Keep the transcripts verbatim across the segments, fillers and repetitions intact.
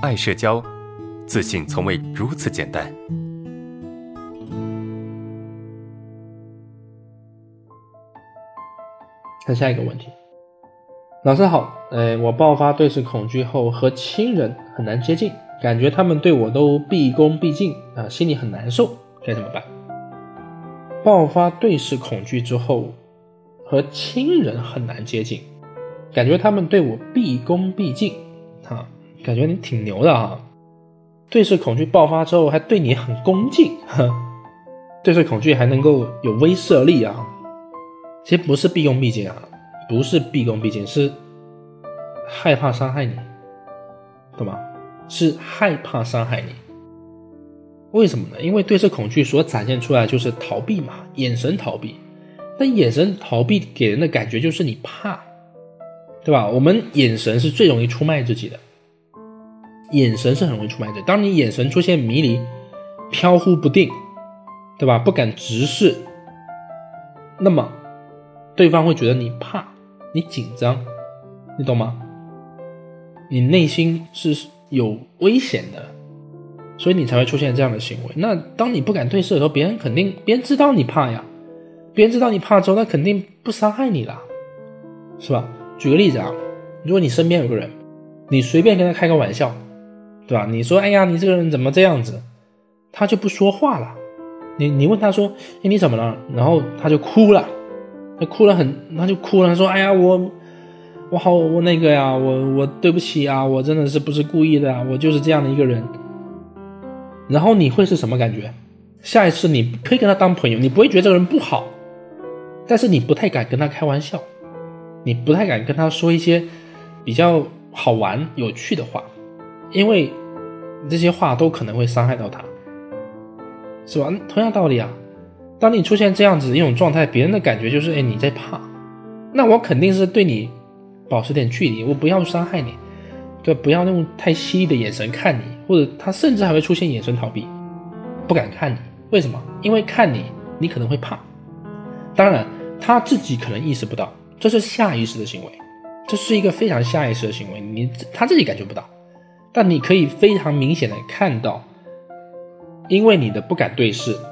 爱社交，自信从未如此简单。 看下一个问题。老师好，呃，我爆发对视恐惧后，和亲人很难接近，感觉他们对我都毕恭毕敬啊，心里很难受，该怎么办？爆发对视恐惧之后，和亲人很难接近，感觉他们对我毕恭毕敬啊，感觉你挺牛的啊。对视恐惧爆发之后还对你很恭敬，呵，对视恐惧还能够有威慑力啊。其实不是毕恭毕敬啊，不是毕恭毕敬，是害怕伤害你，懂吗？是害怕伤害你。为什么呢？因为对视恐惧所展现出来就是逃避嘛，眼神逃避。但眼神逃避给人的感觉就是你怕，对吧？我们眼神是最容易出卖自己的，眼神是很容易出卖自己。当你眼神出现迷离、飘忽不定，对吧？不敢直视，那么对方会觉得你怕，你紧张，你懂吗？你内心是有危险的，所以你才会出现这样的行为。那当你不敢对视的时候，别人肯定别人知道你怕呀，别人知道你怕之后，那肯定不伤害你啦，是吧？举个例子啊，如果你身边有个人，你随便跟他开个玩笑，对吧？你说哎呀你这个人怎么这样子，他就不说话了。你你问他说哎你怎么了，然后他就哭了，他哭了很他就哭了，他说哎呀我我好我那个呀我我对不起啊，我真的是不是故意的啊，我就是这样的一个人。然后你会是什么感觉？下一次你可以跟他当朋友，你不会觉得这个人不好，但是你不太敢跟他开玩笑，你不太敢跟他说一些比较好玩有趣的话，因为这些话都可能会伤害到他，是吧？同样道理啊，当你出现这样子一种状态，别人的感觉就是哎你在怕，那我肯定是对你保持点距离，我不要伤害你，对，不要用太犀利的眼神看你，或者他甚至还会出现眼神逃避，不敢看你。为什么？因为看你你可能会怕。当然他自己可能意识不到，这是下意识的行为，这是一个非常下意识的行为，你他自己感觉不到，但你可以非常明显的看到，因为你的不敢对视，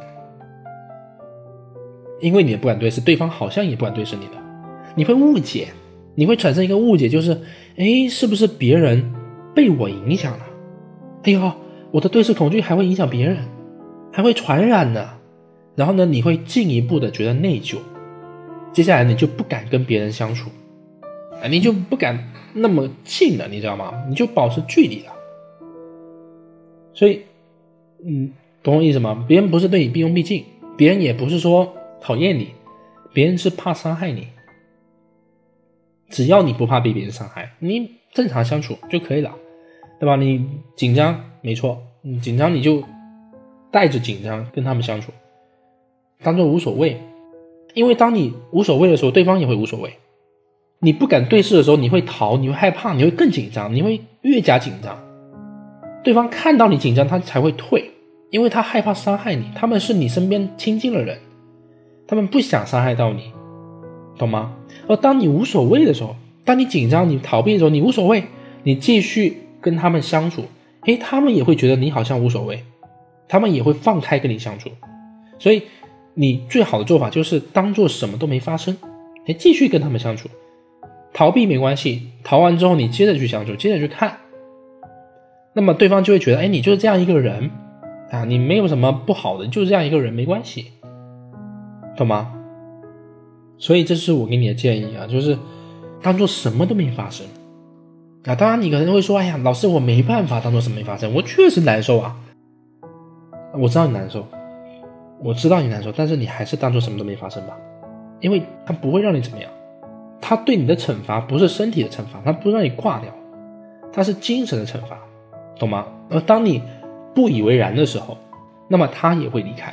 因为你的不敢对视，对方好像也不敢对视你的，你会误解，你会产生一个误解，就是诶是不是别人被我影响了？哎呦我的对视恐惧还会影响别人，还会传染呢。然后呢你会进一步的觉得内疚，接下来你就不敢跟别人相处，你就不敢那么近了，你知道吗？你就保持距离了。所以嗯，懂我意思吗？别人不是对你毕恭毕敬，别人也不是说讨厌你，别人是怕伤害你。只要你不怕被别人伤害，你正常相处就可以了，对吧？你紧张没错，你紧张你就带着紧张跟他们相处，当作无所谓。因为当你无所谓的时候，对方也会无所谓。你不敢对视的时候，你会逃，你会害怕，你会更紧张，你会越加紧张。对方看到你紧张，他才会退，因为他害怕伤害你，他们是你身边亲近的人，他们不想伤害到你，懂吗？而当你无所谓的时候，当你紧张你逃避的时候，你无所谓，你继续跟他们相处，诶，他们也会觉得你好像无所谓，他们也会放开跟你相处。所以你最好的做法就是当做什么都没发生，诶，继续跟他们相处。逃避没关系，逃完之后你接着去相处，接着去看，那么对方就会觉得诶，你就是这样一个人啊，你没有什么不好的，就是这样一个人，没关系，懂吗？所以这是我给你的建议啊，就是当做什么都没发生啊。当然你可能会说哎呀老师我没办法当做什么没发生，我确实难受啊，我知道你难受，我知道你难受，但是你还是当做什么都没发生吧，因为它不会让你怎么样，它对你的惩罚不是身体的惩罚，它不是让你挂掉，它是精神的惩罚，懂吗？而当你不以为然的时候，那么它也会离开。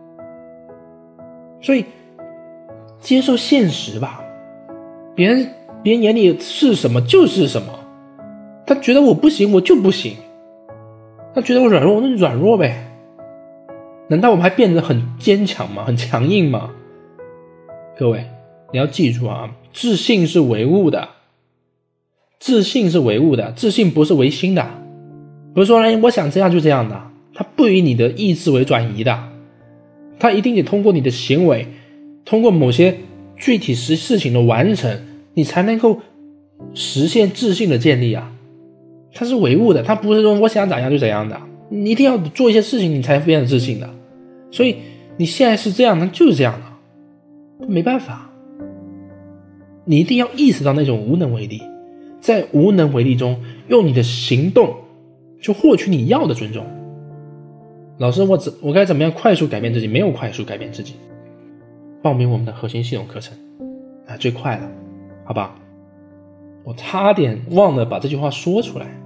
所以接受现实吧，别人别人眼里是什么就是什么，他觉得我不行我就不行，他觉得我软弱那就软弱呗，难道我们还变得很坚强吗？很强硬吗？各位你要记住啊，自信是唯物的，自信是唯物的，自信不是唯心的， 不是说哎我想这样就这样的，它不以你的意志为转移的，它一定得通过你的行为，通过某些具体事事情的完成，你才能够实现自信的建立啊。它是唯物的，它不是说我想怎样就怎样的，你一定要做一些事情你才变得自信的。所以你现在是这样，那就是这样的，没办法，你一定要意识到那种无能为力，在无能为力中用你的行动去获取你要的尊重。老师我我该怎么样快速改变自己？没有快速改变自己，报名我们的核心系统课程啊，最快了，好吧？我差点忘了把这句话说出来。